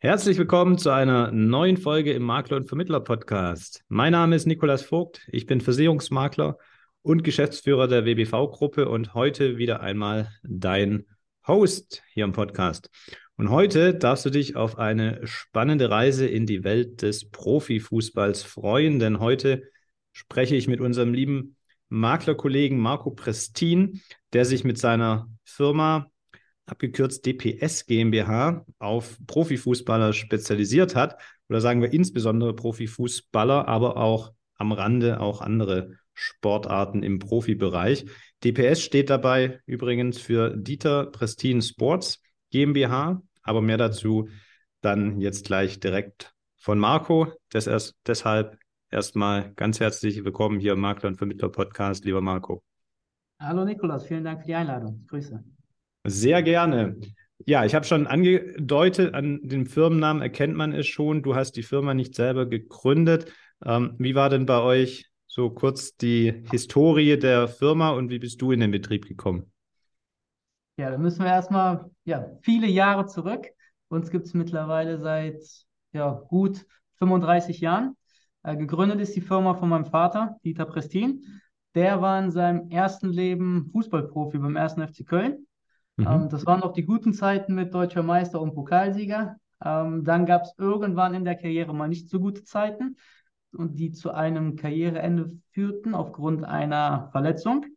Herzlich willkommen zu einer neuen Folge im Makler- und Vermittler-Podcast. Mein Name ist Nikolas Vogt, ich bin Versicherungsmakler und Geschäftsführer der WBV-Gruppe und heute wieder einmal dein Host hier im Podcast. Und heute darfst du dich auf eine spannende Reise in die Welt des Profifußballs freuen, denn heute spreche ich mit unserem lieben Maklerkollegen Marco Prestin, der sich mit seiner Firma abgekürzt DPS GmbH, auf Profifußballer spezialisiert hat. Oder sagen wir insbesondere Profifußballer, aber auch am Rande auch andere Sportarten im Profibereich. DPS steht dabei übrigens für Dieter Prestin Sports GmbH, aber mehr dazu dann jetzt gleich direkt von Marco. Deshalb erstmal ganz herzlich willkommen hier im Makler- und Vermittler-Podcast, lieber Marco. Hallo Nikolas, vielen Dank für die Einladung. Grüße. Sehr gerne. Ja, ich habe schon angedeutet, an dem Firmennamen erkennt man es schon. Du hast die Firma nicht selber gegründet. Wie war denn bei euch so kurz die Historie der Firma und wie bist du in den Betrieb gekommen? Ja, da müssen wir erstmal viele Jahre zurück. Uns gibt es mittlerweile seit gut 35 Jahren. Gegründet ist die Firma von meinem Vater, Dieter Prestin. Der war in seinem ersten Leben Fußballprofi beim 1. FC Köln. Mhm. Das waren noch die guten Zeiten mit Deutscher Meister und Pokalsieger. Dann gab es irgendwann in der Karriere mal nicht so gute Zeiten und die zu einem Karriereende führten aufgrund einer Verletzung.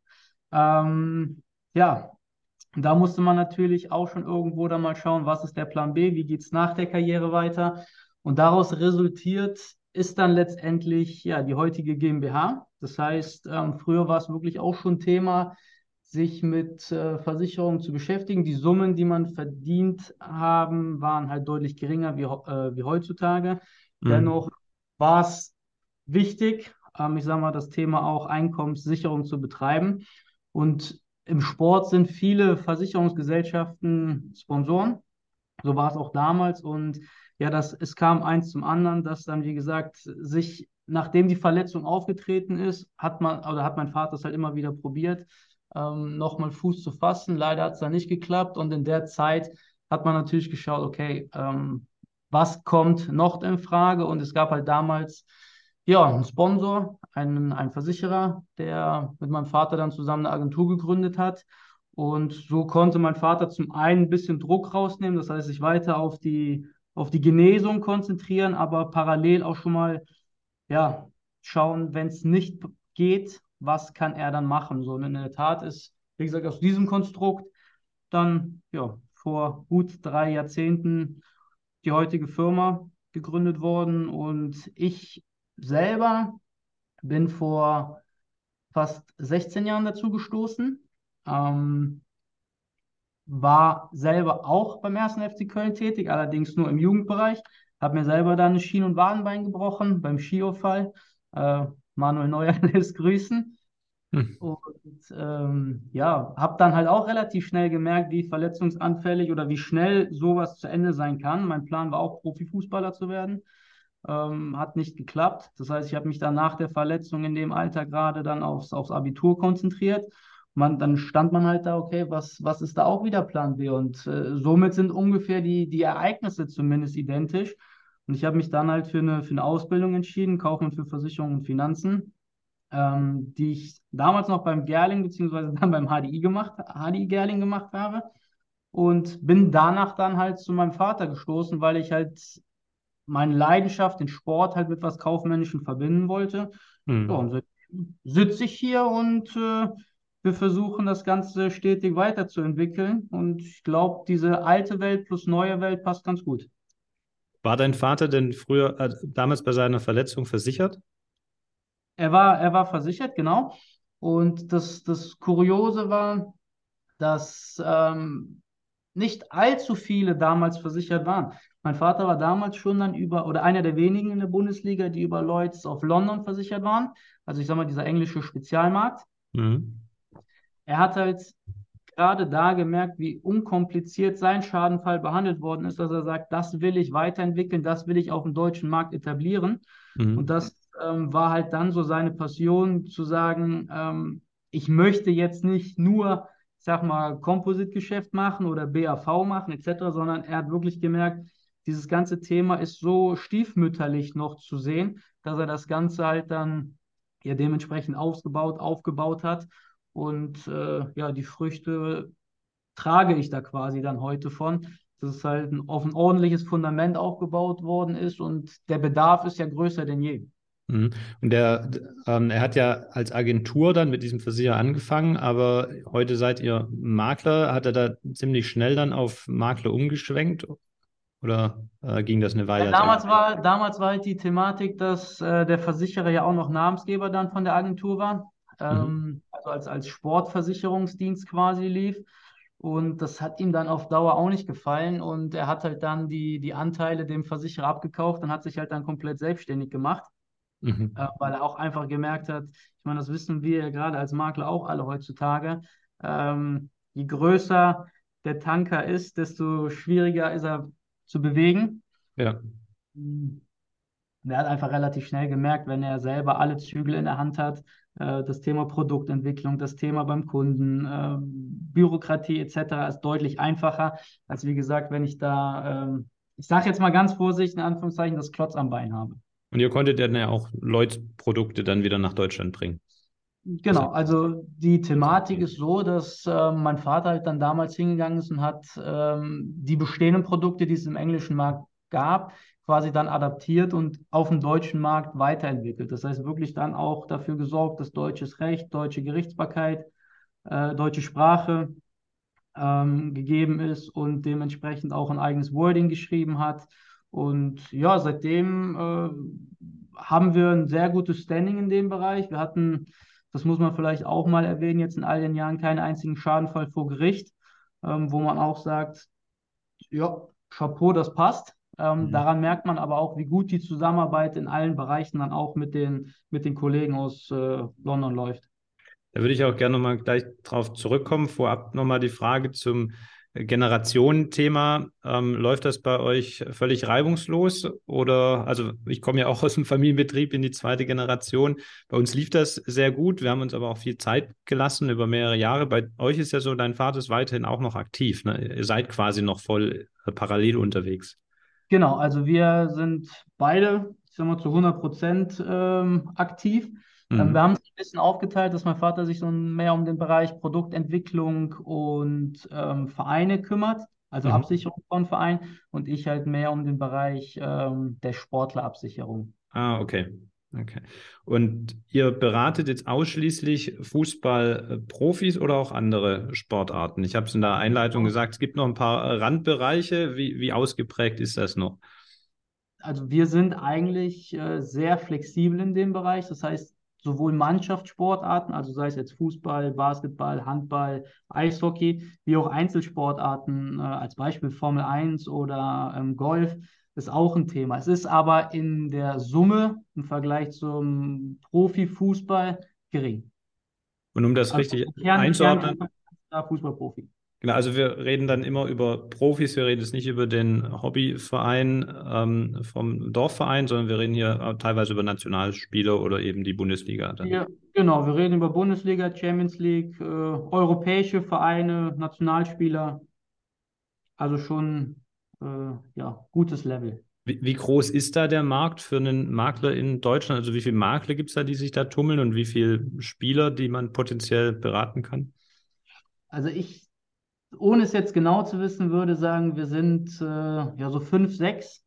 Ja, und da musste man natürlich auch schon irgendwo dann mal schauen, was ist der Plan B, wie geht es nach der Karriere weiter. Und daraus resultiert ist dann letztendlich die heutige GmbH. Das heißt, früher war es wirklich auch schon Thema, sich mit Versicherungen zu beschäftigen. Die Summen, die man verdient haben, waren halt deutlich geringer wie heutzutage. Mhm. Dennoch war es wichtig, ich sage mal, das Thema auch Einkommenssicherung zu betreiben. Und im Sport sind viele Versicherungsgesellschaften Sponsoren. So war es auch damals. Und ja, es kam eins zum anderen, dass dann, wie gesagt, nachdem die Verletzung aufgetreten ist, hat mein Vater es halt immer wieder probiert, nochmal Fuß zu fassen. Leider hat es dann nicht geklappt. Und in der Zeit hat man natürlich geschaut, okay, was kommt noch in Frage? Und es gab halt damals einen Sponsor, einen Versicherer, der mit meinem Vater dann zusammen eine Agentur gegründet hat. Und so konnte mein Vater zum einen ein bisschen Druck rausnehmen, das heißt, sich weiter auf die Genesung konzentrieren, aber parallel auch schon mal, schauen, wenn es nicht geht, was kann er dann machen? So, und in der Tat ist, wie gesagt, aus diesem Konstrukt dann, vor gut 3 Jahrzehnten die heutige Firma gegründet worden und ich selber bin vor fast 16 Jahren dazu gestoßen. Ähm, war selber auch beim 1. FC Köln tätig, allerdings nur im Jugendbereich. Habe mir selber dann ein Schien- und Wadenbein gebrochen beim Skiunfall. Äh, Manuel Neuer lässt grüßen. Hm. Und habe dann halt auch relativ schnell gemerkt, wie verletzungsanfällig oder wie schnell sowas zu Ende sein kann. Mein Plan war auch, Profifußballer zu werden. Hat nicht geklappt. Das heißt, ich habe mich dann nach der Verletzung in dem Alter gerade dann aufs Abitur konzentriert. Dann stand man halt da, okay, was ist da auch wieder Plan B? Und somit sind ungefähr die Ereignisse zumindest identisch. Und ich habe mich dann halt für eine Ausbildung entschieden, Kaufmann für Versicherungen und Finanzen, die ich damals noch beim Gerling beziehungsweise dann beim HDI Gerling gemacht habe. Und bin danach dann halt zu meinem Vater gestoßen, weil ich halt meine Leidenschaft, den Sport halt mit was Kaufmännischem verbinden wollte. Ja, Hm. und so sitze ich hier und wir versuchen das Ganze stetig weiterzuentwickeln. Und ich glaube, diese alte Welt plus neue Welt passt ganz gut. War dein Vater denn früher, damals bei seiner Verletzung versichert? Er war versichert, genau. Und das Kuriose war, dass nicht allzu viele damals versichert waren. Mein Vater war damals schon dann oder einer der wenigen in der Bundesliga, die über Lloyd's of London versichert waren. Also ich sag mal, dieser englische Spezialmarkt. Mhm. Er hat halt gerade da gemerkt, wie unkompliziert sein Schadenfall behandelt worden ist, dass er sagt, das will ich weiterentwickeln, das will ich auf dem deutschen Markt etablieren. Und Mhm. das war halt dann so seine Passion, zu sagen, ich möchte jetzt nicht nur, ich sag mal, Composite-Geschäft machen oder BAV machen etc., sondern er hat wirklich gemerkt, dieses ganze Thema ist so stiefmütterlich noch zu sehen, dass er das Ganze halt dann ja dementsprechend aufgebaut hat. Und ja, die Früchte trage ich da quasi dann heute von, dass es halt auf ein ordentliches Fundament aufgebaut worden ist und der Bedarf ist ja größer denn je. Mhm. Und er hat ja als Agentur dann mit diesem Versicherer angefangen, aber heute seid ihr Makler. Hat er da ziemlich schnell dann auf Makler umgeschwenkt oder ging das eine Ja, Weile als Agentur? damals war halt die Thematik, dass der Versicherer ja auch noch Namensgeber dann von der Agentur war, Mhm. also als Sportversicherungsdienst quasi lief. Und das hat ihm dann auf Dauer auch nicht gefallen. Und er hat halt dann die Anteile dem Versicherer abgekauft und hat sich halt dann komplett selbstständig gemacht, Mhm. weil er auch einfach gemerkt hat, ich meine, das wissen wir ja gerade als Makler auch alle heutzutage, je größer der Tanker ist, desto schwieriger ist er zu bewegen. Ja. Und er hat einfach relativ schnell gemerkt, wenn er selber alle Zügel in der Hand hat, das Thema Produktentwicklung, das Thema beim Kunden, Bürokratie etc. ist deutlich einfacher, als wie gesagt, wenn ich da, ich sage jetzt mal ganz vorsichtig, in Anführungszeichen, das Klotz am Bein habe. Und ihr konntet dann ja auch Lloyds Produkte dann wieder nach Deutschland bringen. Das Genau, also die Thematik heißt, ist so, dass mein Vater halt dann damals hingegangen ist und hat die bestehenden Produkte, die es im englischen Markt gab, quasi dann adaptiert und auf dem deutschen Markt weiterentwickelt. Das heißt wirklich dann auch dafür gesorgt, dass deutsches Recht, deutsche Gerichtsbarkeit, deutsche Sprache gegeben ist und dementsprechend auch ein eigenes Wording geschrieben hat. Und ja, seitdem haben wir ein sehr gutes Standing in dem Bereich. Wir hatten, das muss man vielleicht auch mal erwähnen, jetzt in all den Jahren keinen einzigen Schadenfall vor Gericht, wo man auch sagt, ja, Chapeau, das passt. mhm. Daran merkt man aber auch, wie gut die Zusammenarbeit in allen Bereichen dann auch mit den Kollegen aus London läuft. Da würde ich auch gerne nochmal gleich drauf zurückkommen. Vorab nochmal die Frage zum Generationenthema. Läuft das bei euch völlig reibungslos? Oder, also ich komme ja auch aus dem Familienbetrieb in die zweite Generation. Bei uns lief das sehr gut. Wir haben uns aber auch viel Zeit gelassen über mehrere Jahre. Bei euch ist ja so, dein Vater ist weiterhin auch noch aktiv, ne? Ihr seid quasi noch voll parallel unterwegs. Genau, also wir sind beide, ich sag mal, zu 100% aktiv. Wir Mhm. haben es ein bisschen aufgeteilt, dass mein Vater sich so mehr um den Bereich Produktentwicklung und Vereine kümmert, also Mhm. Absicherung von Vereinen, und ich halt mehr um den Bereich der Sportlerabsicherung. Ah, okay. Okay. Und ihr beratet jetzt ausschließlich Fußballprofis oder auch andere Sportarten? Ich habe es in der Einleitung gesagt, es gibt noch ein paar Randbereiche. Wie ausgeprägt ist das noch? Also wir sind eigentlich sehr flexibel in dem Bereich. Das heißt, sowohl Mannschaftssportarten, also sei es jetzt Fußball, Basketball, Handball, Eishockey, wie auch Einzelsportarten, als Beispiel Formel 1 oder Golf, ist auch ein Thema. Es ist aber in der Summe im Vergleich zum Profifußball gering. Und um das Also richtig Kern einzuordnen, Fußballprofi. genau, also wir reden dann immer über Profis, wir reden jetzt nicht über den Hobbyverein vom Dorfverein, sondern wir reden hier teilweise über Nationalspieler oder eben die Bundesliga dann. Genau, wir reden über Bundesliga, Champions League, europäische Vereine, Nationalspieler. Also schon ja, gutes Level. Wie groß ist da der Markt für einen Makler in Deutschland? Also wie viele Makler gibt es da, die sich da tummeln und wie viele Spieler, die man potenziell beraten kann? Also ich, ohne es jetzt genau zu wissen, würde sagen, wir sind ja so fünf, sechs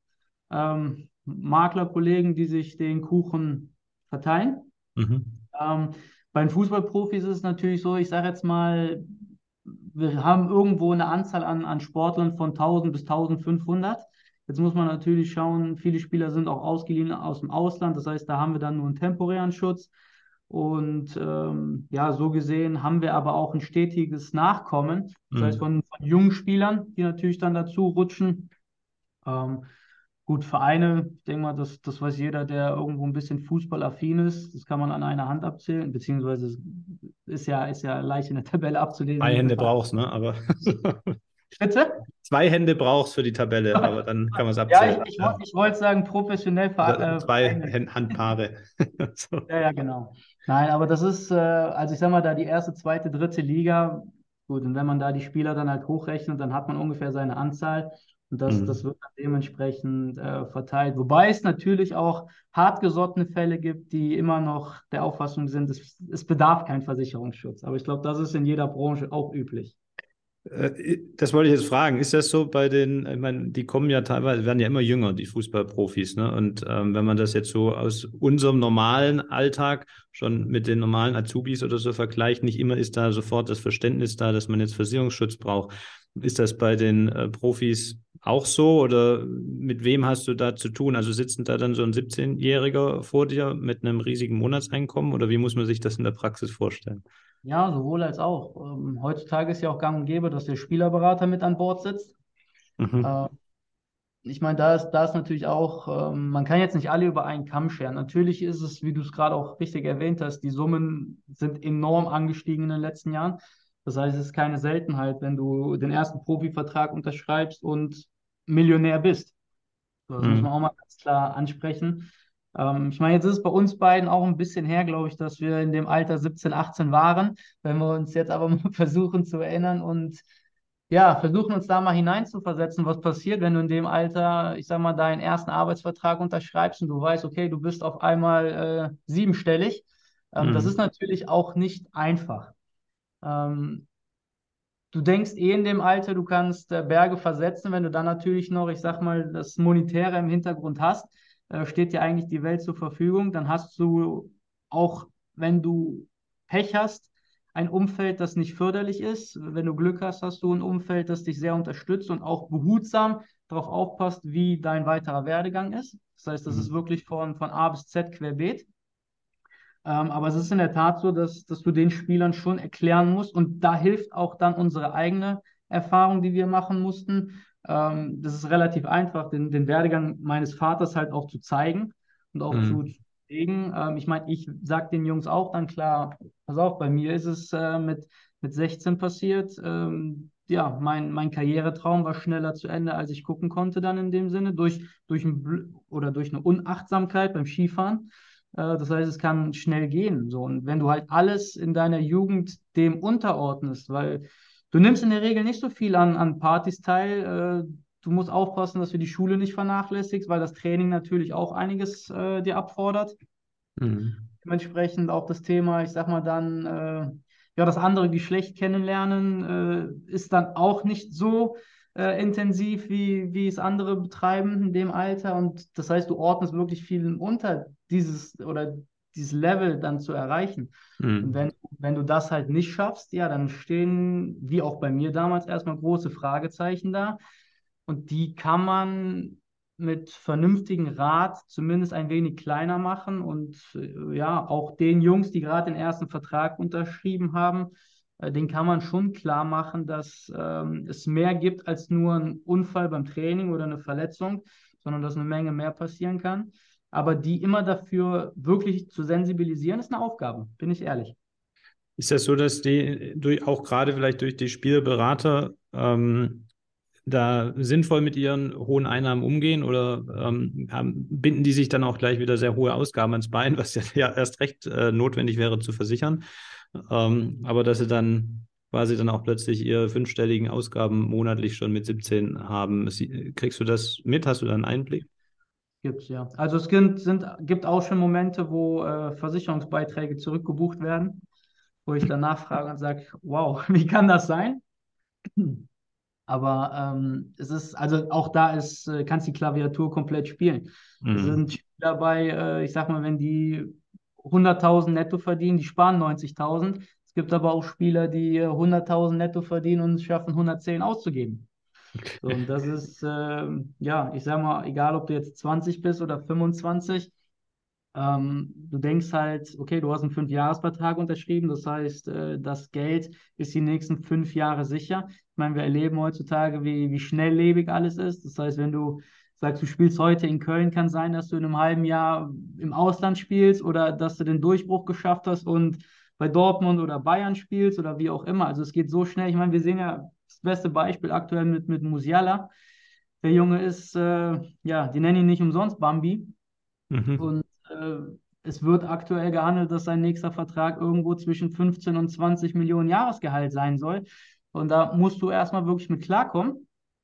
Maklerkollegen, die sich den Kuchen verteilen. Mhm. Ähm, Bei den Fußballprofis ist es natürlich so, ich sage jetzt mal, wir haben irgendwo eine Anzahl an Sportlern von 1000 bis 1500. Jetzt muss man natürlich schauen, viele Spieler sind auch ausgeliehen aus dem Ausland. Das heißt, da haben wir dann nur einen temporären Schutz. Und ja, so gesehen haben wir aber auch ein stetiges Nachkommen. Das heißt, Mhm. von jungen Spielern, die natürlich dann dazu rutschen. Ähm, Gut, Vereine, ich denke mal, das weiß jeder, der irgendwo ein bisschen fußballaffin ist. Das kann man an einer Hand abzählen, beziehungsweise es ist ja leicht in der Tabelle abzulesen, Zwei wie viele Hände Vereine. brauchst, ne? Aber Bitte? zwei Hände brauchst für die Tabelle, aber dann kann man es Ja, abzählen. Ja. ich wollte sagen, professionell Oder zwei Vereine. Handpaare. So. Ja, ja, genau. Nein, aber das ist, also ich sag mal, da die erste, zweite, dritte Liga, gut, und wenn man da die Spieler dann halt hochrechnet, dann hat man ungefähr seine Anzahl. Und das Mhm. wird dann dementsprechend verteilt. Wobei es natürlich auch hartgesottene Fälle gibt, die immer noch der Auffassung sind, es bedarf keinen Versicherungsschutz. Aber ich glaube, das ist in jeder Branche auch üblich. Das wollte ich jetzt fragen. Ist das so bei den, ich meine, die kommen ja teilweise, werden ja immer jünger, die Fußballprofis, ne? Und wenn man das jetzt so aus unserem normalen Alltag schon mit den normalen Azubis oder so vergleicht, nicht immer ist da sofort das Verständnis da, dass man jetzt Versicherungsschutz braucht. Ist das bei den Profis auch so oder mit wem hast du da zu tun? Also sitzen da dann so ein 17-Jähriger vor dir mit einem riesigen Monatseinkommen oder wie muss man sich das in der Praxis vorstellen? Ja, sowohl als auch. Heutzutage ist ja auch gang und gäbe, dass der Spielerberater mit an Bord sitzt. Mhm. Äh, Ich meine, da ist natürlich auch, man kann jetzt nicht alle über einen Kamm scheren. Natürlich ist es, wie du es gerade auch richtig erwähnt hast, die Summen sind enorm angestiegen in den letzten Jahren. Das heißt, es ist keine Seltenheit, wenn du den ersten Profivertrag unterschreibst und Millionär bist. So, das muss man Mhm. auch mal ganz klar ansprechen. Ich meine, jetzt ist es bei uns beiden auch ein bisschen her, glaube ich, dass wir in dem Alter 17, 18 waren. Wenn wir uns jetzt aber mal versuchen zu erinnern und ja, versuchen uns da mal hineinzuversetzen, was passiert, wenn du in dem Alter, ich sag mal, deinen ersten Arbeitsvertrag unterschreibst und du weißt, okay, du bist auf einmal siebenstellig. Das ist Mhm. natürlich auch nicht einfach. Ähm, Du denkst eh in dem Alter, du kannst Berge versetzen, wenn du dann natürlich noch, ich sag mal, das Monetäre im Hintergrund hast, steht dir eigentlich die Welt zur Verfügung. Dann hast du auch, wenn du Pech hast, ein Umfeld, das nicht förderlich ist. Wenn du Glück hast, hast du ein Umfeld, das dich sehr unterstützt und auch behutsam darauf aufpasst, wie dein weiterer Werdegang ist. Das heißt, das ist Mhm. wirklich von A bis Z querbeet. Aber es ist in der Tat so, dass du den Spielern schon erklären musst. Und da hilft auch dann unsere eigene Erfahrung, die wir machen mussten. Das ist relativ einfach, den Werdegang meines Vaters halt auch zu zeigen und auch zu Mhm. legen. Ich meine, ich sage den Jungs auch dann klar, pass auf, bei mir ist es mit 16 passiert. Ja, mein Karrieretraum war schneller zu Ende, als ich gucken konnte dann in dem Sinne, oder durch eine Unachtsamkeit beim Skifahren. Das heißt, es kann schnell gehen. So. Und wenn du halt alles in deiner Jugend dem unterordnest, weil du nimmst in der Regel nicht so viel an Partys teil, du musst aufpassen, dass du die Schule nicht vernachlässigst, weil das Training natürlich auch einiges dir abfordert. Mhm. Dementsprechend auch das Thema, ich sag mal dann, ja, das andere Geschlecht kennenlernen, ist dann auch nicht so intensiv, wie es andere betreiben in dem Alter. Und das heißt, du ordnest wirklich viel unter dieses Level dann zu erreichen. Und Mhm. wenn du das halt nicht schaffst, ja, dann stehen, wie auch bei mir damals, erstmal große Fragezeichen da. Und die kann man mit vernünftigen Rat zumindest ein wenig kleiner machen und ja, auch den Jungs, die gerade den ersten Vertrag unterschrieben haben, den kann man schon klar machen, dass es mehr gibt als nur ein Unfall beim Training oder eine Verletzung, sondern dass eine Menge mehr passieren kann. Aber die immer dafür wirklich zu sensibilisieren, ist eine Aufgabe, bin ich ehrlich. Ist das so, dass die auch gerade vielleicht durch die Spielberater da sinnvoll mit ihren hohen Einnahmen umgehen oder binden die sich dann auch gleich wieder sehr hohe Ausgaben ans Bein, was ja erst recht notwendig wäre zu versichern, aber dass sie dann quasi dann auch plötzlich ihre fünfstelligen Ausgaben monatlich schon mit 17 haben. Kriegst du das mit? Hast du da einen Einblick? Gibt's ja. Also gibt auch schon Momente, wo Versicherungsbeiträge zurückgebucht werden, wo ich dann nachfrage und sage, wow, wie kann das sein? Aber es ist, also auch da kannst die Klaviatur komplett spielen. Es Mhm. sind Spieler bei, ich sag mal, wenn die 100.000 netto verdienen, die sparen 90.000. Es gibt aber auch Spieler, die 100.000 netto verdienen und es schaffen, 110 auszugeben. So, und das ist, ja, ich sag mal, egal ob du jetzt 20 bist oder 25, du denkst halt, okay, du hast einen Fünfjahresvertrag unterschrieben, das heißt, das Geld ist die nächsten 5 Jahre sicher. Ich meine, wir erleben heutzutage, wie schnelllebig alles ist. Das heißt, wenn du sagst, du spielst heute in Köln, kann sein, dass du in einem halben Jahr im Ausland spielst oder dass du den Durchbruch geschafft hast und bei Dortmund oder Bayern spielst oder wie auch immer. Also es geht so schnell. Ich meine, wir sehen ja das beste Beispiel aktuell mit Musiala. Der Junge ist, ja, die nennen ihn nicht umsonst Bambi. Mhm. Und es wird aktuell gehandelt, dass sein nächster Vertrag irgendwo zwischen 15 und 20 Millionen Jahresgehalt sein soll. Und da musst du erstmal wirklich mit klarkommen.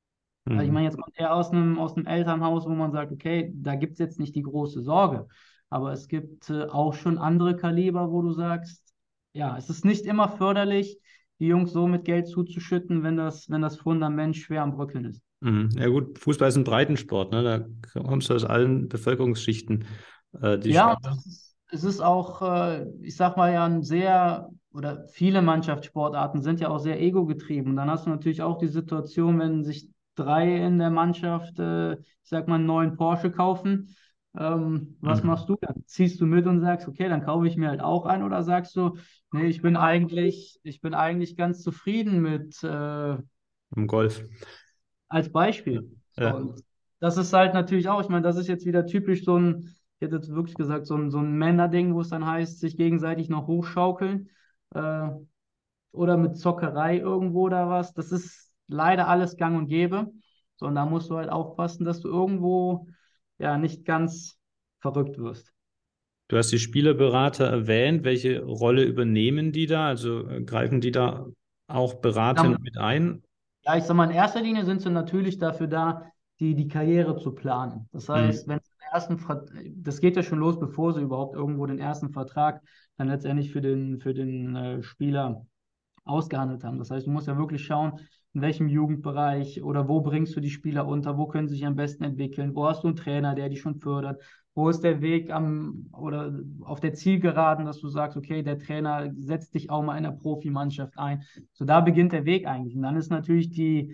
Also ich Mhm. meine, jetzt kommt er aus einem Elternhaus, wo man sagt, okay, da gibt es jetzt nicht die große Sorge. Aber es gibt auch schon andere Kaliber, wo du sagst, ja, es ist nicht immer förderlich, die Jungs so mit Geld zuzuschütten, wenn das Fundament schwer am Bröckeln ist. Mhm. Ja gut, Fußball ist ein Breitensport, ne? Da kommst du aus allen Bevölkerungsschichten, die Ja, und Spieler. es ist auch, ich sag mal ja, oder viele Mannschaftssportarten sind ja auch sehr ego-getrieben. Und dann hast du natürlich auch die Situation, wenn sich drei in der Mannschaft, ich sag mal, einen neuen Porsche kaufen, was Mhm. machst du dann? Ziehst du mit und sagst, okay, dann kaufe ich mir halt auch einen, oder sagst du, nee, ich bin eigentlich ganz zufrieden mit, Im Golf. als Ja. Beispiel. So, Ja. und das ist halt natürlich auch, ich meine, das ist jetzt wieder typisch ich hätte jetzt wirklich gesagt, so ein Männerding, wo es dann heißt, sich gegenseitig noch hochschaukeln äh, oder mit Zockerei irgendwo oder was. Das ist leider alles gang und gäbe. So, und da musst du halt aufpassen, dass du irgendwo ja nicht ganz verrückt wirst. Du hast die Spielerberater erwähnt. Welche Rolle übernehmen die da? Also greifen die da auch beratend mit ein? Ja, ich sag mal, in erster Linie sind sie natürlich dafür da, die Karriere zu planen. Das heißt, Mhm. wenn sie das geht ja schon los, bevor sie überhaupt irgendwo den ersten Vertrag dann letztendlich für den Spieler ausgehandelt haben. Das heißt, du musst ja wirklich schauen, in welchem Jugendbereich oder wo bringst du die Spieler unter, wo können sie sich am besten entwickeln, wo hast du einen Trainer, der die schon fördert, wo ist der Weg oder auf der Zielgeraden, dass du sagst, okay, der Trainer setzt dich auch mal in der Profimannschaft ein. So, da beginnt der Weg eigentlich. Und dann ist natürlich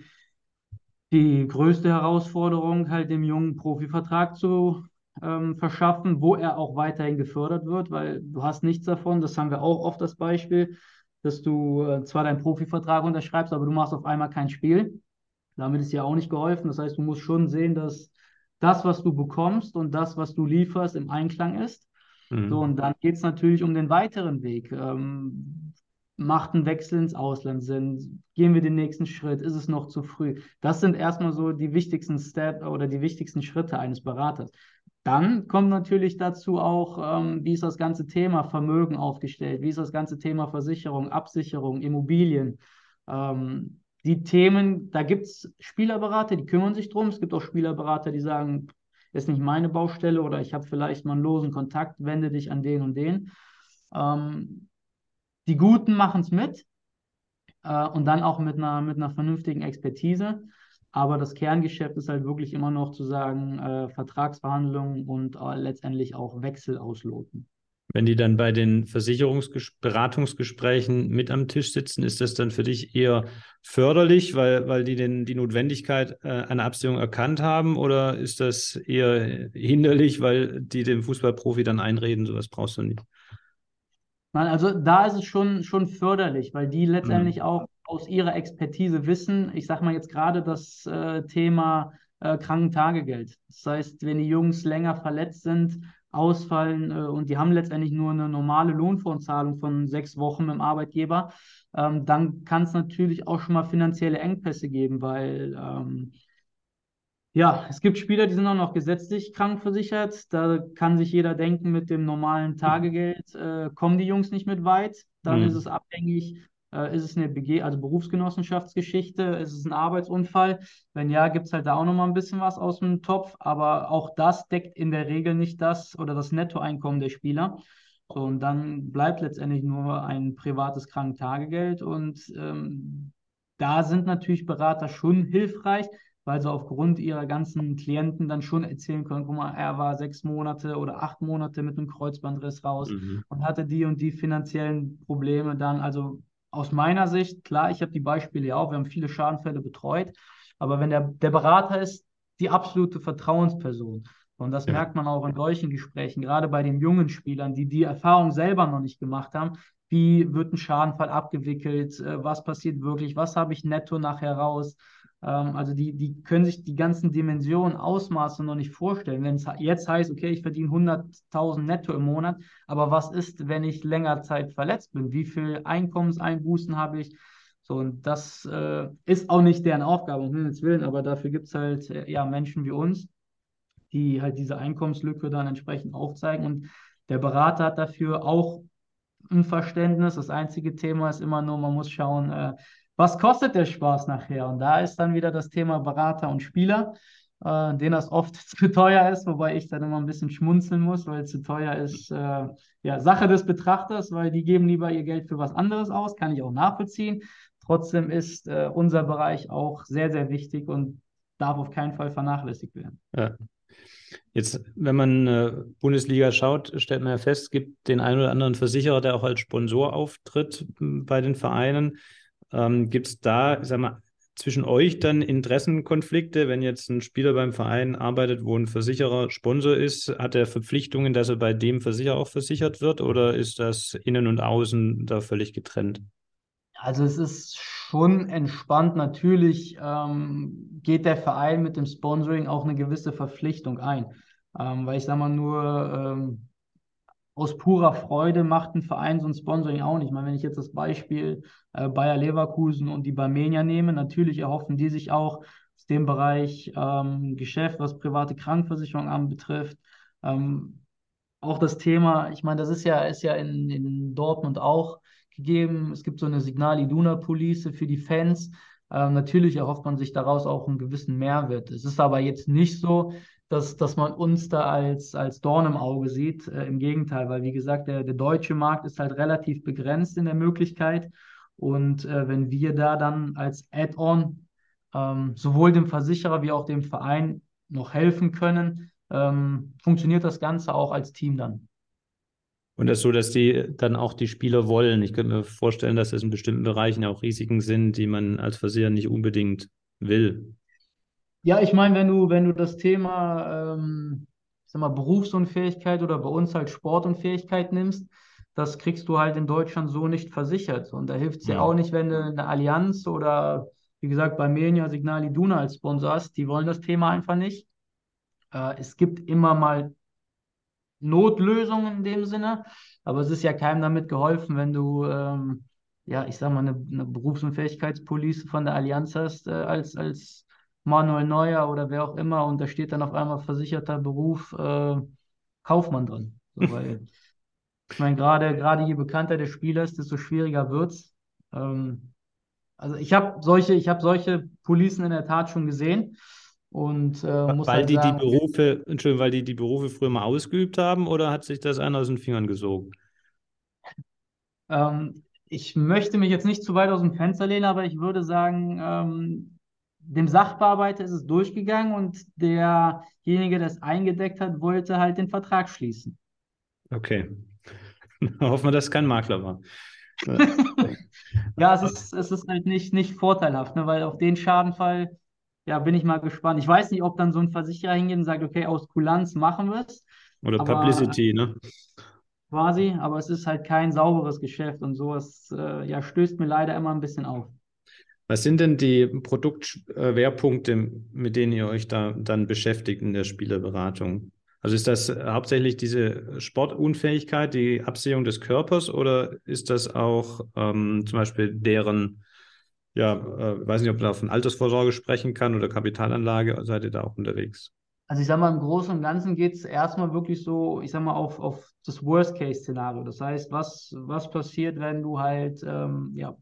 die größte Herausforderung, halt dem Jungen Profivertrag zu verschaffen, wo er auch weiterhin gefördert wird, weil du hast nichts davon. Das haben wir auch oft das Beispiel, dass du zwar deinen Profivertrag unterschreibst, aber du machst auf einmal kein Spiel. Damit ist ja auch nicht geholfen. Das heißt, du musst schon sehen, dass das, was du bekommst und das, was du lieferst, im Einklang ist. So, Mhm. und dann geht es natürlich um den weiteren Weg. Macht ein Wechsel ins Ausland Sinn? Gehen wir den nächsten Schritt? Ist es noch zu früh? Das sind erstmal so die wichtigsten Step oder die wichtigsten Schritte eines Beraters. Dann kommt natürlich dazu auch, wie ist das ganze Thema Vermögen aufgestellt? Wie ist das ganze Thema Versicherung, Absicherung, Immobilien? Die Themen, da gibt es Spielerberater, die kümmern sich drum. Es gibt auch Spielerberater, die sagen, ist nicht meine Baustelle oder ich habe vielleicht mal einen losen Kontakt, wende dich an den und den. Ähm, die Guten machen es mit und dann auch mit einer vernünftigen Expertise. Aber das Kerngeschäft ist halt wirklich immer noch zu sagen, Vertragsverhandlungen und letztendlich auch Wechsel ausloten. Wenn die dann bei den Beratungsgesprächen mit am Tisch sitzen, ist das dann für dich eher förderlich, weil die die Notwendigkeit einer Absicherung erkannt haben, oder ist das eher hinderlich, weil die dem Fußballprofi dann einreden, sowas brauchst du nicht? Nein, also da ist es schon förderlich, weil die letztendlich Mhm. auch aus ihrer Expertise wissen, ich sage mal jetzt gerade das Thema Krankentagegeld. Das heißt, wenn die Jungs länger verletzt sind, ausfallen und die haben letztendlich nur eine normale Lohnfortzahlung von 6 Wochen mit dem Arbeitgeber, dann kann es natürlich auch schon mal finanzielle Engpässe geben, weil ja, es gibt Spieler, die sind auch noch gesetzlich krankversichert. Da kann sich jeder denken, mit dem normalen Tagegeld kommen die Jungs nicht mit weit. Dann ist es Mhm. abhängig, ist es eine also Berufsgenossenschaftsgeschichte, ist es ein Arbeitsunfall? Wenn ja, gibt es halt da auch noch mal ein bisschen was aus dem Topf. Aber auch das deckt in der Regel nicht das oder das Nettoeinkommen der Spieler. So, und dann bleibt letztendlich nur ein privates Krankentagegeld. Und da sind natürlich Berater schon hilfreich, weil sie aufgrund ihrer ganzen Klienten dann schon erzählen können, guck mal, er war 6 Monate oder 8 Monate mit einem Kreuzbandriss raus Mhm. und hatte die und die finanziellen Probleme dann. Also aus meiner Sicht, klar, ich habe die Beispiele ja auch, wir haben viele Schadenfälle betreut, aber wenn der Berater ist die absolute Vertrauensperson. Und das Ja. merkt man auch in solchen Gesprächen, gerade bei den jungen Spielern, die die Erfahrung selber noch nicht gemacht haben. Wie wird ein Schadenfall abgewickelt? Was passiert wirklich? Was habe ich netto nachher raus? Also die können sich die ganzen Dimensionen, Ausmaße noch nicht vorstellen. Wenn es jetzt heißt, okay, ich verdiene 100.000 netto im Monat, aber was ist, wenn ich länger Zeit verletzt bin? Wie viel Einkommenseinbußen habe ich? So, und das ist auch nicht deren Aufgabe, um Himmels Willen, aber dafür gibt es halt ja Menschen wie uns, die halt diese Einkommenslücke dann entsprechend aufzeigen. Und der Berater hat dafür auch ein Verständnis. Das einzige Thema ist immer nur, man muss schauen, was kostet der Spaß nachher? Und da ist dann wieder das Thema Berater und Spieler, denen das oft zu teuer ist, wobei ich dann immer ein bisschen schmunzeln muss, weil zu teuer ist ja Sache des Betrachters, weil die geben lieber ihr Geld für was anderes aus, kann ich auch nachvollziehen. Trotzdem ist unser Bereich auch sehr, sehr wichtig und darf auf keinen Fall vernachlässigt werden. Ja. Jetzt, wenn man Bundesliga schaut, stellt man ja fest, es gibt den einen oder anderen Versicherer, der auch als Sponsor auftritt bei den Vereinen. Gibt es da, ich sag mal, zwischen euch dann Interessenkonflikte, wenn jetzt ein Spieler beim Verein arbeitet, wo ein Versicherer Sponsor ist, hat er Verpflichtungen, dass er bei dem Versicherer auch versichert wird, oder ist das innen und außen da völlig getrennt? Also es ist schon entspannt. Natürlich geht der Verein mit dem Sponsoring auch eine gewisse Verpflichtung ein. Weil ich sage mal nur, aus purer Freude macht ein Verein so ein Sponsoring auch nicht. Ich meine, wenn ich jetzt das Beispiel Bayer Leverkusen und die Barmenia nehme, natürlich erhoffen die sich auch aus dem Bereich Geschäft, was private Krankenversicherung anbetrifft, ähm, auch das Thema, ich meine, das ist ja in Dortmund auch gegeben. Es gibt so eine Signal Iduna Police für die Fans. Natürlich erhofft man sich daraus auch einen gewissen Mehrwert. Es ist aber jetzt nicht so, dass man uns da als Dorn im Auge sieht. Im Gegenteil, weil wie gesagt, der deutsche Markt ist halt relativ begrenzt in der Möglichkeit. Und wenn wir da dann als Add-on sowohl dem Versicherer wie auch dem Verein noch helfen können, funktioniert das Ganze auch als Team dann. Und das so, dass die dann auch die Spieler wollen. Ich könnte mir vorstellen, dass es in bestimmten Bereichen auch Risiken sind, die man als Versicherer nicht unbedingt will. Ja, ich meine, wenn du das Thema, ich sag mal, Berufsunfähigkeit oder bei uns halt Sportunfähigkeit nimmst, das kriegst du halt in Deutschland so nicht versichert. Und da hilft es ja auch Hm. nicht, wenn du eine Allianz oder, wie gesagt, bei Menia Signal Iduna als Sponsor hast, die wollen das Thema einfach nicht. Es gibt immer mal Notlösungen in dem Sinne, aber es ist ja keinem damit geholfen, wenn du, ja, ich sag mal, eine Berufsunfähigkeitspolice von der Allianz hast, als Manuel Neuer oder wer auch immer, und da steht dann auf einmal versicherter Beruf Kaufmann drin. So, weil, ich meine, gerade je bekannter der Spieler ist, desto schwieriger wird's. Also ich habe solche Policen in der Tat schon gesehen und muss Weil halt die die sagen, Berufe, Entschuldigung, weil die die Berufe früher mal ausgeübt haben, oder hat sich das einer aus den Fingern gesogen? Ich möchte mich jetzt nicht zu weit aus dem Fenster lehnen, aber ich würde sagen, dem Sachbearbeiter ist es durchgegangen und derjenige, der es eingedeckt hat, wollte halt den Vertrag schließen. Okay. Hoffen wir, dass es kein Makler war. Ja. Ja, es ist halt nicht vorteilhaft, ne, weil auf den Schadenfall, ja, bin ich mal gespannt. Ich weiß nicht, ob dann so ein Versicherer hingeht und sagt, okay, aus Kulanz machen wir es, Oder aber Publicity, ne? aber es ist halt kein sauberes Geschäft und sowas, ja, stößt mir leider immer ein bisschen auf. Was sind denn die Produktschwerpunkte, mit denen ihr euch da dann beschäftigt in der Spielerberatung? Also ist das hauptsächlich diese Sportunfähigkeit, die Absehung des Körpers, oder ist das auch zum Beispiel deren, ja, weiß nicht, ob man da von Altersvorsorge sprechen kann oder Kapitalanlage, seid ihr da auch unterwegs? Also ich sag mal, im Großen und Ganzen geht es erstmal wirklich so, ich sag mal, auf das Worst-Case-Szenario. Das heißt, was passiert, wenn du halt ja,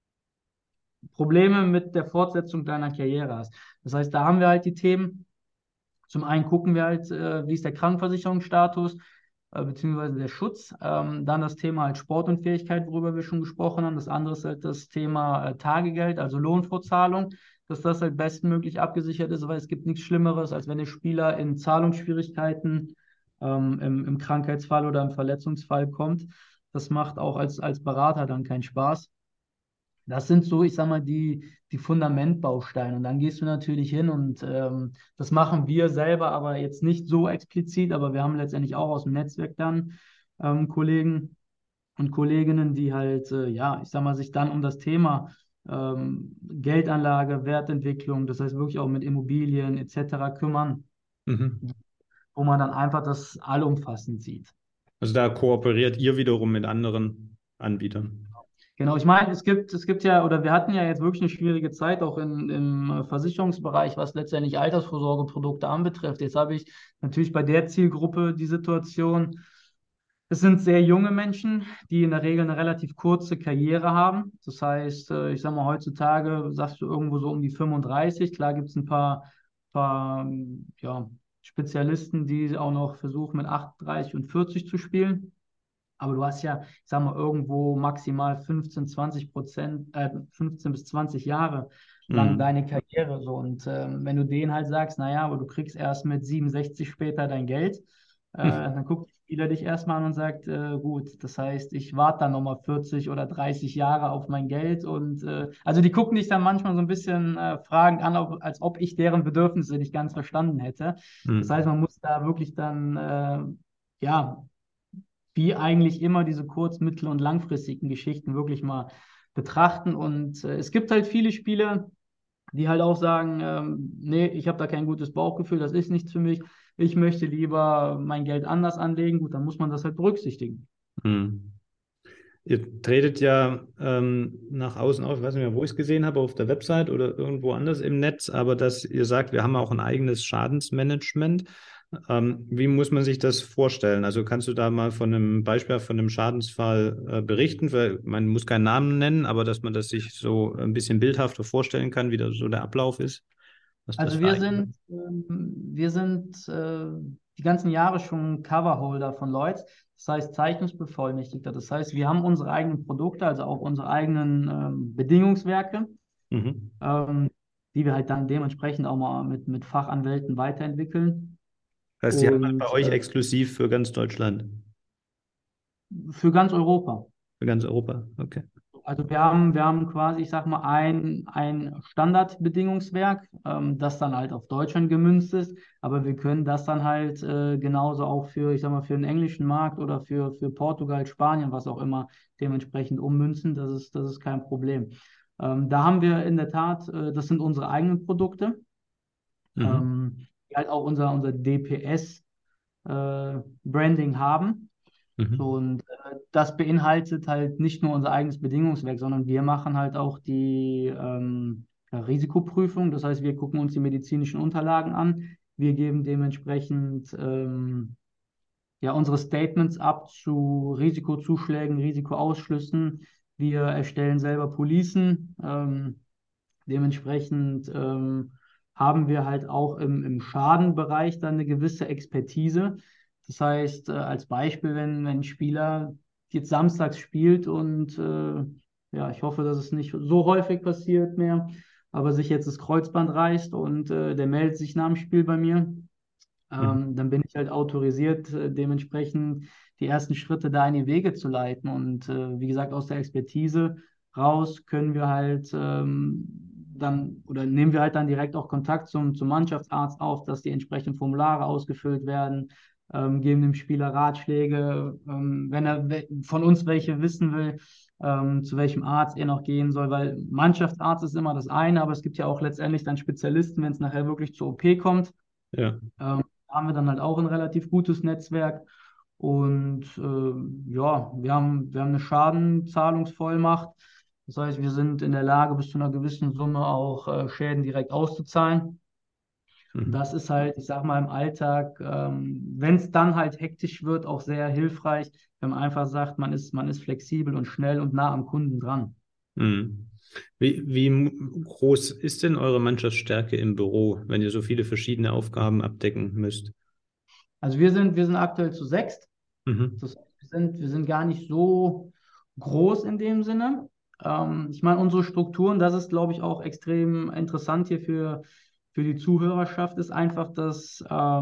Probleme mit der Fortsetzung deiner Karriere hast. Das heißt, da haben wir halt die Themen. Zum einen gucken wir halt, wie ist der Krankenversicherungsstatus, beziehungsweise der Schutz. Dann das Thema halt Sportunfähigkeit, worüber wir schon gesprochen haben. Das andere ist halt das Thema Tagegeld, also Lohnfortzahlung, dass das halt bestmöglich abgesichert ist, weil es gibt nichts Schlimmeres, als wenn der Spieler in Zahlungsschwierigkeiten im Krankheitsfall oder im Verletzungsfall kommt. Das macht auch als Berater dann keinen Spaß. Das sind so, ich sag mal, die Fundamentbausteine. Und dann gehst du natürlich hin und das machen wir selber, aber jetzt nicht so explizit, aber wir haben letztendlich auch aus dem Netzwerk dann Kollegen und Kolleginnen, die halt, ja, ich sag mal, sich dann um das Thema Geldanlage, Wertentwicklung, das heißt wirklich auch mit Immobilien etc. kümmern, Mhm. wo man dann einfach das allumfassend sieht. Also da kooperiert ihr wiederum mit anderen Anbietern. Genau, ich meine, es gibt ja, oder wir hatten ja jetzt wirklich eine schwierige Zeit auch im Versicherungsbereich, was letztendlich Altersvorsorgeprodukte anbetrifft. Jetzt habe ich natürlich bei der Zielgruppe die Situation, Es sind sehr junge Menschen, die in der Regel eine relativ kurze Karriere haben. Das heißt, ich sage mal, heutzutage sagst du irgendwo so um die 35. Klar gibt es ein paar ja, Spezialisten, die auch noch versuchen, mit 38 und 40 zu spielen. Aber du hast ja, ich sag mal, irgendwo maximal 15, 20%, 15 bis 20 Jahre lang Mhm. deine Karriere. So. Und wenn du denen halt sagst, naja, aber du kriegst erst mit 67 später dein Geld, dann guckt der Spieler dich erstmal an und sagt, gut, das heißt, ich warte dann nochmal 40 oder 30 Jahre auf mein Geld. Und also die gucken dich dann manchmal so ein bisschen fragend an, als ob ich deren Bedürfnisse nicht ganz verstanden hätte. Das heißt, Mhm. man muss da wirklich dann ja, wie eigentlich immer diese kurz-, mittel- und langfristigen Geschichten wirklich mal betrachten. Und es gibt halt viele Spieler, die halt auch sagen, nee, ich habe da kein gutes Bauchgefühl, das ist nichts für mich. Ich möchte lieber mein Geld anders anlegen. Gut, dann muss man das halt berücksichtigen. Mhm. Ihr tretet ja nach außen auf, ich weiß nicht mehr, wo ich es gesehen habe, auf der Website oder irgendwo anders im Netz, aber dass ihr sagt, wir haben auch ein eigenes Schadensmanagement. Wie muss man sich das vorstellen? Also kannst du da mal von einem Beispiel von einem Schadensfall berichten? Weil man muss keinen Namen nennen, aber dass man das sich so ein bisschen bildhafter vorstellen kann, wie da so der Ablauf ist, was das Also für eigene. wir sind die ganzen Jahre schon Coverholder von Lloyds, das heißt Zeichnungsbevollmächtigter. Das heißt, wir haben unsere eigenen Produkte, also auch unsere eigenen Bedingungswerke, Mhm. ähm, die wir halt dann dementsprechend auch mal mit Fachanwälten weiterentwickeln. Das heißt, die haben das bei Und euch exklusiv für ganz Deutschland, für ganz Europa. für ganz Europa. Okay. Also wir haben quasi, ich sag mal, ein Standardbedingungswerk, das dann halt auf Deutschland gemünzt ist, aber wir können das dann halt genauso auch für, ich sag mal, für den englischen Markt oder für Portugal, Spanien, was auch immer, dementsprechend ummünzen. Das ist kein Problem. Da haben wir in der Tat, das sind unsere eigenen Produkte, Mhm. die halt auch unser DPS-Branding haben. So, Mhm. und das beinhaltet halt nicht nur unser eigenes Bedingungswerk, sondern wir machen halt auch die ja, Risikoprüfung. Das heißt, wir gucken uns die medizinischen Unterlagen an. Wir geben dementsprechend ja, unsere Statements ab zu Risikozuschlägen, Risikoausschlüssen. Wir erstellen selber Policen. Dementsprechend haben wir halt auch im Schadenbereich dann eine gewisse Expertise. Das heißt, als Beispiel, wenn ein Spieler jetzt samstags spielt und ja, ich hoffe, dass es nicht so häufig passiert mehr, aber sich jetzt das Kreuzband reißt und der meldet sich nach dem Spiel bei mir, Mhm. dann bin ich halt autorisiert, dementsprechend die ersten Schritte da in die Wege zu leiten. Und wie gesagt, aus der Expertise raus können wir halt dann oder nehmen wir halt dann direkt auch Kontakt zum Mannschaftsarzt auf, dass die entsprechenden Formulare ausgefüllt werden, geben dem Spieler Ratschläge, wenn er von uns welche wissen will, zu welchem Arzt er noch gehen soll, weil Mannschaftsarzt ist immer das eine, aber es gibt ja auch letztendlich dann Spezialisten, wenn es nachher wirklich zur OP kommt. Ja. Da haben wir dann halt auch ein relativ gutes Netzwerk. Und ja, wir haben eine Schadenzahlungsvollmacht. Das heißt, wir sind in der Lage, bis zu einer gewissen Summe auch Schäden direkt auszuzahlen. Und Mhm. das ist halt, ich sag mal, im Alltag, wenn es dann halt hektisch wird, auch sehr hilfreich, wenn man einfach sagt, man ist flexibel und schnell und nah am Kunden dran. Mhm. Groß ist denn eure Mannschaftsstärke im Büro, wenn ihr so viele verschiedene Aufgaben abdecken müsst? Also wir sind aktuell zu sechst. Mhm. Das, wir sind gar nicht so groß in dem Sinne. Ich meine, unsere Strukturen, das ist, glaube ich, auch extrem interessant hier für die Zuhörerschaft, ist einfach, dass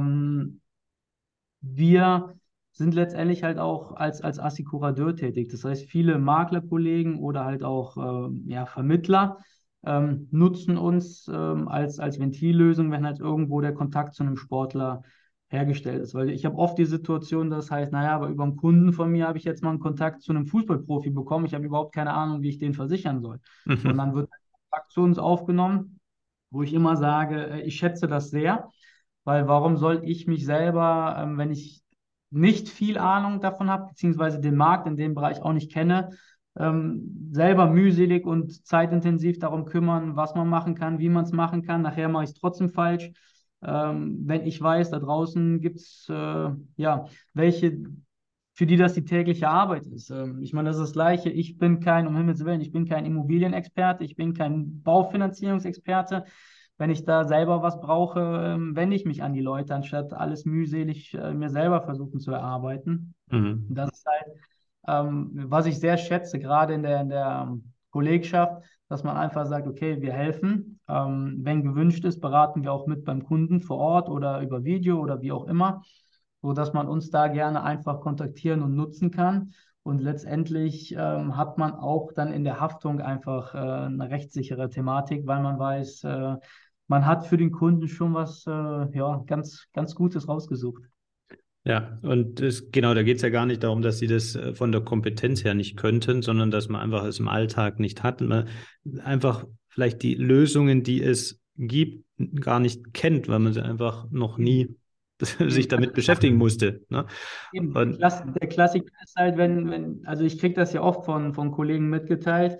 wir sind letztendlich halt auch als Assikurateur tätig. Das heißt, viele Maklerkollegen oder halt auch ja, Vermittler nutzen uns als Ventillösung, wenn halt irgendwo der Kontakt zu einem Sportler hergestellt ist. Weil ich habe oft die Situation, das heißt, naja, aber über einen Kunden von mir habe ich jetzt mal einen Kontakt zu einem Fußballprofi bekommen. Ich habe überhaupt keine Ahnung, wie ich den versichern soll. So, und Mhm. dann wird Kontakt zu uns aufgenommen, wo ich immer sage, ich schätze das sehr. Weil warum soll ich mich selber, wenn ich nicht viel Ahnung davon habe, beziehungsweise den Markt in dem Bereich auch nicht kenne, selber mühselig und zeitintensiv darum kümmern, was man machen kann, wie man es machen kann. Nachher mache ich es trotzdem falsch. Wenn ich weiß, da draußen gibt es ja welche für die das die tägliche Arbeit ist. Ich meine, das ist das Gleiche. Ich bin kein, um Himmels Willen, ich bin kein Immobilienexperte, ich bin kein Baufinanzierungsexperte. Wenn ich da selber was brauche, wende ich mich an die Leute, anstatt alles mühselig mir selber versuchen zu erarbeiten. Mhm. Das ist halt, was ich sehr schätze, gerade in der Kollegschaft, dass man einfach sagt, okay, wir helfen. Wenn gewünscht ist, beraten wir auch mit beim Kunden vor Ort oder über Video oder wie auch immer, so dass man uns da gerne einfach kontaktieren und nutzen kann. Und letztendlich hat man auch dann in der Haftung einfach eine rechtssichere Thematik, weil man weiß, man hat für den Kunden schon was ja, ganz, ganz Gutes rausgesucht. Ja, und genau, da geht es ja gar nicht darum, dass sie das von der Kompetenz her nicht könnten, sondern dass man einfach es im Alltag nicht hat. Man einfach vielleicht die Lösungen, die es gibt, gar nicht kennt, weil man sie einfach noch Eben. nie sich damit beschäftigen musste. Ne? Eben, Und Der Klassiker ist halt, also ich kriege das ja oft von Kollegen mitgeteilt,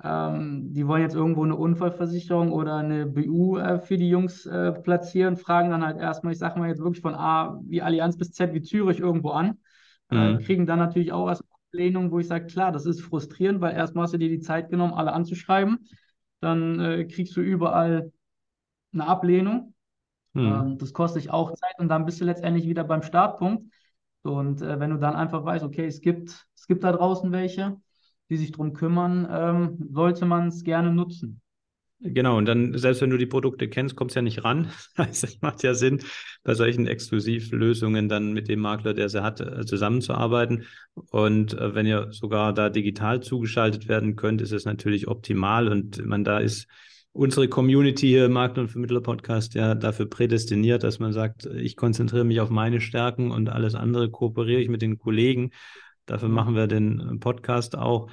die wollen jetzt irgendwo eine Unfallversicherung oder eine BU für die Jungs platzieren, fragen dann halt erstmal, ich sage mal jetzt wirklich von A wie Allianz bis Z wie Zürich irgendwo an, mhm. kriegen dann natürlich auch erst Ablehnung, wo ich sage, klar, das ist frustrierend, weil erstmal hast du dir die Zeit genommen, alle anzuschreiben, dann kriegst du überall eine Ablehnung. Mhm. Das kostet dich auch Zeit und dann bist du letztendlich wieder beim Startpunkt. So, und wenn du dann einfach weißt, okay, es gibt da draußen welche, die sich drum kümmern, sollte man es gerne nutzen. Genau, und dann, selbst wenn du die Produkte kennst, kommst du ja nicht ran. Also es macht ja Sinn, bei solchen Exklusivlösungen dann mit dem Makler, der sie hat, zusammenzuarbeiten. Und wenn ihr sogar da digital zugeschaltet werden könnt, ist es natürlich optimal. Und man, da ist unsere Community hier im Makler- und Vermittler-Podcast ja dafür prädestiniert, dass man sagt, ich konzentriere mich auf meine Stärken und alles andere kooperiere ich mit den Kollegen. Dafür Ja. machen wir den Podcast auch.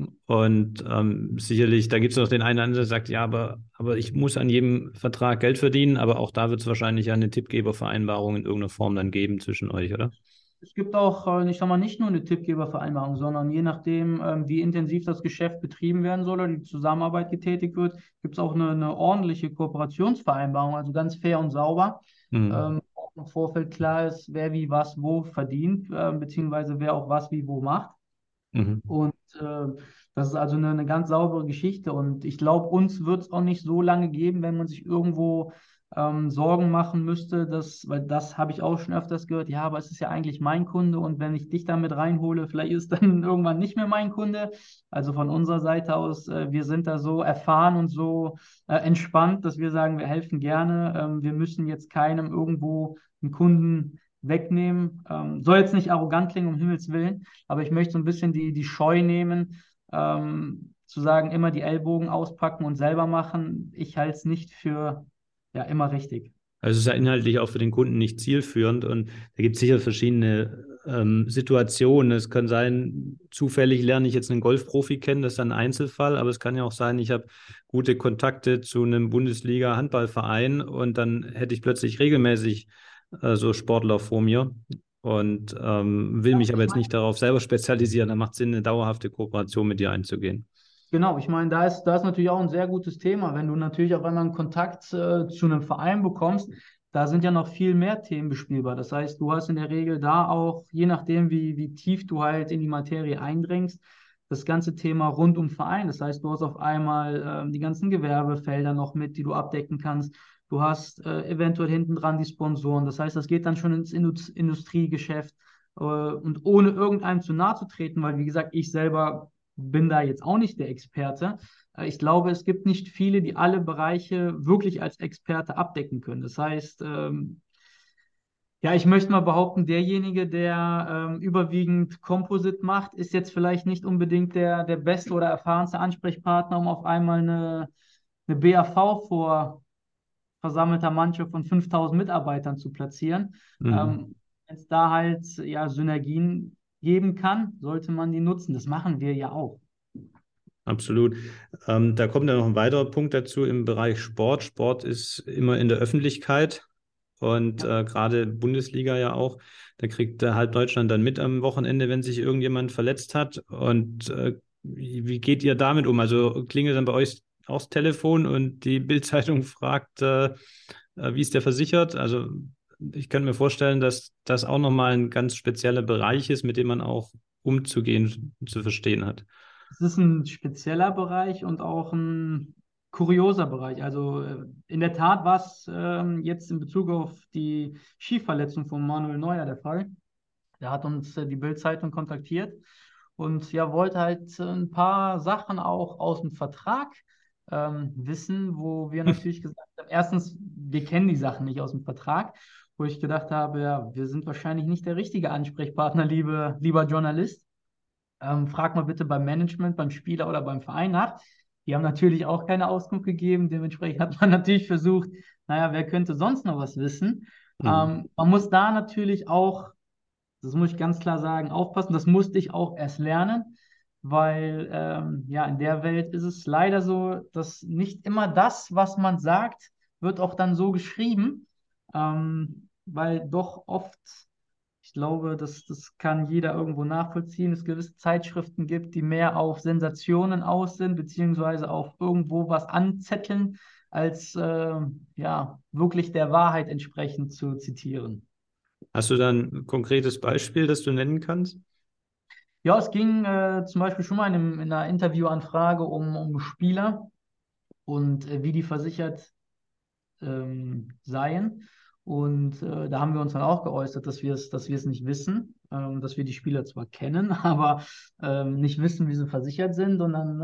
Und sicherlich, da gibt es noch den einen oder anderen, der sagt, ja, aber ich muss an jedem Vertrag Geld verdienen, aber auch da wird es wahrscheinlich eine Tippgebervereinbarung in irgendeiner Form dann geben zwischen euch, oder? Es gibt auch, ich sag mal, nicht nur eine Tippgebervereinbarung, sondern je nachdem, wie intensiv das Geschäft betrieben werden soll oder die Zusammenarbeit getätigt wird, gibt es auch eine ordentliche Kooperationsvereinbarung, also ganz fair und sauber. Mhm. Auch im Vorfeld klar ist, wer wie was wo verdient, beziehungsweise wer auch was wie wo macht. Mhm. Und das ist also eine ganz saubere Geschichte. Und ich glaube, uns wird es auch nicht so lange geben, wenn man sich irgendwo Sorgen machen müsste, weil das habe ich auch schon öfters gehört, ja, aber es ist ja eigentlich mein Kunde und wenn ich dich damit reinhole, vielleicht ist dann irgendwann nicht mehr mein Kunde. Also von unserer Seite aus, wir sind da so erfahren und so entspannt, dass wir sagen, wir helfen gerne. Wir müssen jetzt keinem irgendwo einen Kunden wegnehmen. Soll jetzt nicht arrogant klingen, um Himmels Willen. Aber ich möchte so ein bisschen die Scheu nehmen, zu sagen, immer die Ellbogen auspacken und selber machen. Ich halte es nicht für ja, immer richtig. Also es ist ja inhaltlich auch für den Kunden nicht zielführend und da gibt es sicher verschiedene Situationen. Es kann sein, zufällig lerne ich jetzt einen Golfprofi kennen, das ist dann ein Einzelfall, aber es kann ja auch sein, ich habe gute Kontakte zu einem Bundesliga-Handballverein und dann hätte ich plötzlich regelmäßig so Sportler vor mir und will Ja, mich aber ich jetzt meine, nicht darauf selber spezialisieren. Da macht es Sinn, eine dauerhafte Kooperation mit dir einzugehen. genau, ich meine, da ist natürlich auch ein sehr gutes Thema, wenn du natürlich auf einmal einen Kontakt zu einem Verein bekommst, da sind ja noch viel mehr Themen bespielbar. Das heißt, du hast in der Regel da auch, je nachdem, wie tief du halt in die Materie eindringst, das ganze Thema rund um Verein. Das heißt, du hast auf einmal die ganzen Gewerbefelder noch mit, die du abdecken kannst. Du hast eventuell hinten dran die Sponsoren. Das heißt, das geht dann schon ins Industriegeschäft. Und ohne irgendeinem zu nahe zu treten, weil wie gesagt, ich selber bin da jetzt auch nicht der Experte. Ich glaube, es gibt nicht viele, die alle Bereiche wirklich als Experte abdecken können. Das heißt, ja, ich möchte mal behaupten, derjenige, der überwiegend Composite macht, ist jetzt vielleicht nicht unbedingt der beste oder erfahrenste Ansprechpartner, um auf einmal eine BAV vor versammelter Mannschaft von 5000 Mitarbeitern zu platzieren. Mhm. Wenn es da halt ja Synergien geben kann, sollte man die nutzen. Das machen wir ja auch. Absolut. Da kommt dann noch ein weiterer Punkt dazu im Bereich Sport. Sport ist immer in der Öffentlichkeit und Ja. gerade Bundesliga ja auch. Da kriegt halb Deutschland dann mit am Wochenende, wenn sich irgendjemand verletzt hat. Und wie geht ihr damit um? Also klingelt dann bei euch auch das Telefon und die Bild-Zeitung fragt, wie ist der versichert? Also ich könnte mir vorstellen, dass das auch nochmal ein ganz spezieller Bereich ist, mit dem man auch umzugehen, zu verstehen hat. Es ist ein spezieller Bereich und auch ein kurioser Bereich. Also in der Tat war es jetzt in Bezug auf die Skiverletzung von Manuel Neuer der Fall. Der hat uns die Bild-Zeitung kontaktiert und ja, wollte halt ein paar Sachen auch aus dem Vertrag wissen, wo wir natürlich gesagt haben, erstens, wir kennen die Sachen nicht aus dem Vertrag, wo ich gedacht habe, ja, wir sind wahrscheinlich nicht der richtige Ansprechpartner, lieber Journalist. Frag mal bitte beim Management, beim Spieler oder beim Verein nach. Die haben natürlich auch keine Auskunft gegeben. Dementsprechend hat man natürlich versucht, naja, wer könnte sonst noch was wissen? Mhm. Man muss da natürlich auch, das muss ich ganz klar sagen, aufpassen. Das musste ich auch erst lernen, weil ja, in der Welt ist es leider so, dass nicht immer das, was man sagt, wird auch dann so geschrieben, weil doch oft, ich glaube, das kann jeder irgendwo nachvollziehen, es gewisse Zeitschriften gibt, die mehr auf Sensationen aus sind, beziehungsweise auf irgendwo was anzetteln, als ja, wirklich der Wahrheit entsprechend zu zitieren. Hast du dann ein konkretes Beispiel, das du nennen kannst? Ja, es ging zum Beispiel schon mal in einer Interviewanfrage um Spieler und wie die versichert seien. Und da haben wir uns dann auch geäußert, dass wir es nicht wissen, dass wir die Spieler zwar kennen, aber nicht wissen, wie sie versichert sind. Und dann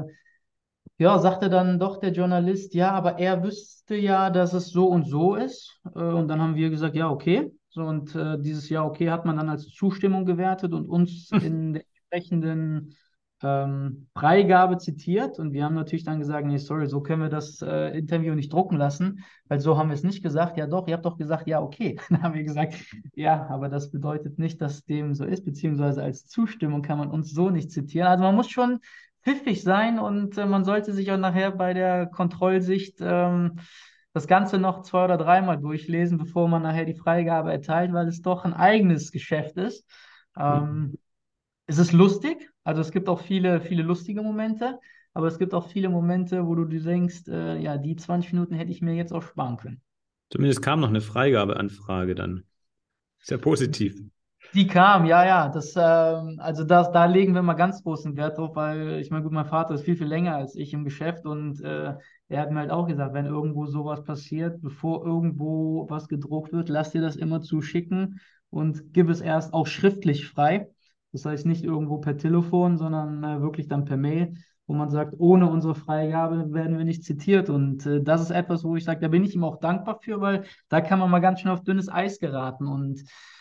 ja, sagte dann doch der Journalist, ja, aber er wüsste ja, dass es so und so ist. Und dann haben wir gesagt, ja, okay. So, und dieses Ja, okay hat man dann als Zustimmung gewertet und uns in der entsprechenden Freigabe zitiert. Und wir haben natürlich dann gesagt, nee, sorry, so können wir das Interview nicht drucken lassen, weil so haben wir es nicht gesagt. Ja, doch, ihr habt doch gesagt, ja, okay. Dann haben wir gesagt, ja, aber das bedeutet nicht, dass dem so ist, beziehungsweise als Zustimmung kann man uns so nicht zitieren. Also man muss schon pfiffig sein und man sollte sich auch nachher bei der Kontrollsicht das Ganze noch zwei oder dreimal durchlesen, bevor man nachher die Freigabe erteilt, weil es doch ein eigenes Geschäft ist. Ähm, Es ist lustig, also es gibt auch viele lustige Momente, aber es gibt auch viele Momente, wo du dir denkst, ja, die 20 Minuten hätte ich mir jetzt auch sparen können. Zumindest kam noch eine Freigabeanfrage dann. Sehr positiv. Die kam, ja, ja. Also da legen wir mal ganz großen Wert drauf, weil ich meine, gut, mein Vater ist viel länger als ich im Geschäft und er hat mir halt auch gesagt, wenn irgendwo sowas passiert, bevor irgendwo was gedruckt wird, lass dir das immer zuschicken und gib es erst auch schriftlich frei. Das heißt nicht irgendwo per Telefon, sondern wirklich dann per Mail, wo man sagt, ohne unsere Freigabe werden wir nicht zitiert. Und das ist etwas, wo ich sage, da bin ich ihm auch dankbar für, weil da kann man mal ganz schön auf dünnes Eis geraten. Und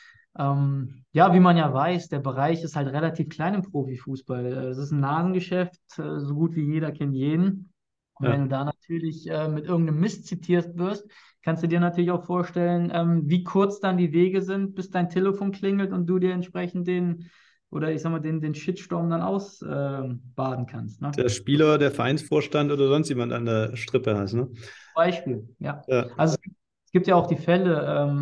ja, wie man ja weiß, der Bereich ist halt relativ klein im Profifußball. Es ist ein Nasengeschäft, so gut wie jeder kennt jeden. Und Ja. wenn du da natürlich mit irgendeinem Mist zitiert wirst, kannst du dir natürlich auch vorstellen, wie kurz dann die Wege sind, bis dein Telefon klingelt und du dir entsprechend oder ich sag mal, den Shitstorm dann ausbaden kannst. Ne? Der Spieler, der Vereinsvorstand oder sonst jemand an der Strippe hast, ne? Beispiel, ja. Ja. Also es gibt ja auch die Fälle,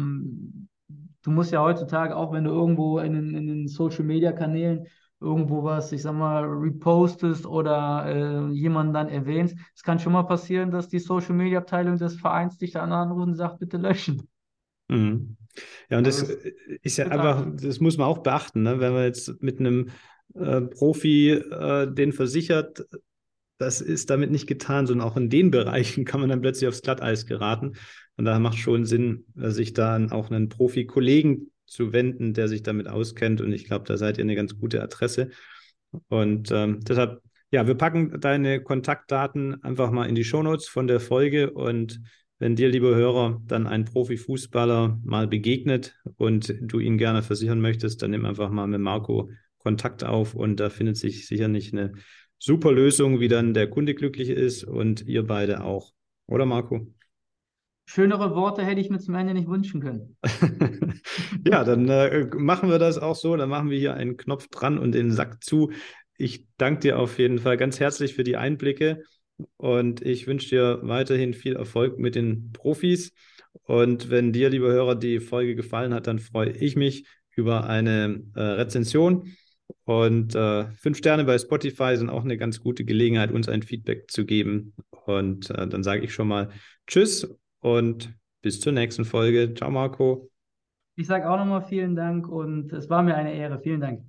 du musst ja heutzutage, auch wenn du irgendwo in den Social Media Kanälen irgendwo was, ich sag mal, repostest oder jemanden dann erwähnst, es kann schon mal passieren, dass die Social Media Abteilung des Vereins dich dann anruft und sagt, bitte löschen. Mhm. Ja, und Also das es ist ja wird einfach, halt, das muss man auch beachten, ne? Wenn man jetzt mit einem Profi den versichert, das ist damit nicht getan, sondern auch in den Bereichen kann man dann plötzlich aufs Glatteis geraten. Und da macht schon Sinn, sich dann auch einen Profi-Kollegen zu wenden, der sich damit auskennt. Und ich glaube, da seid ihr eine ganz gute Adresse. Und deshalb, ja, wir packen deine Kontaktdaten einfach mal in die Shownotes von der Folge. Und wenn dir, lieber Hörer, dann ein Profifußballer mal begegnet und du ihn gerne versichern möchtest, dann nimm einfach mal mit Marco Kontakt auf und da findet sich sicherlich eine super Lösung, wie dann der Kunde glücklich ist und ihr beide auch. Oder Marco? schönere Worte hätte ich mir zum Ende nicht wünschen können. Ja, dann machen wir das auch so. Dann machen wir hier einen Knopf dran und den Sack zu. Ich danke dir auf jeden Fall ganz herzlich für die Einblicke und ich wünsche dir weiterhin viel Erfolg mit den Profis. Und wenn dir, lieber Hörer, die Folge gefallen hat, dann freue ich mich über eine Rezension. Und 5 Sterne bei Spotify sind auch eine ganz gute Gelegenheit, uns ein Feedback zu geben. Und dann sage ich schon mal Tschüss und bis zur nächsten Folge. Ciao, Marco. Ich sage auch nochmal vielen Dank und es war mir eine Ehre. Vielen Dank.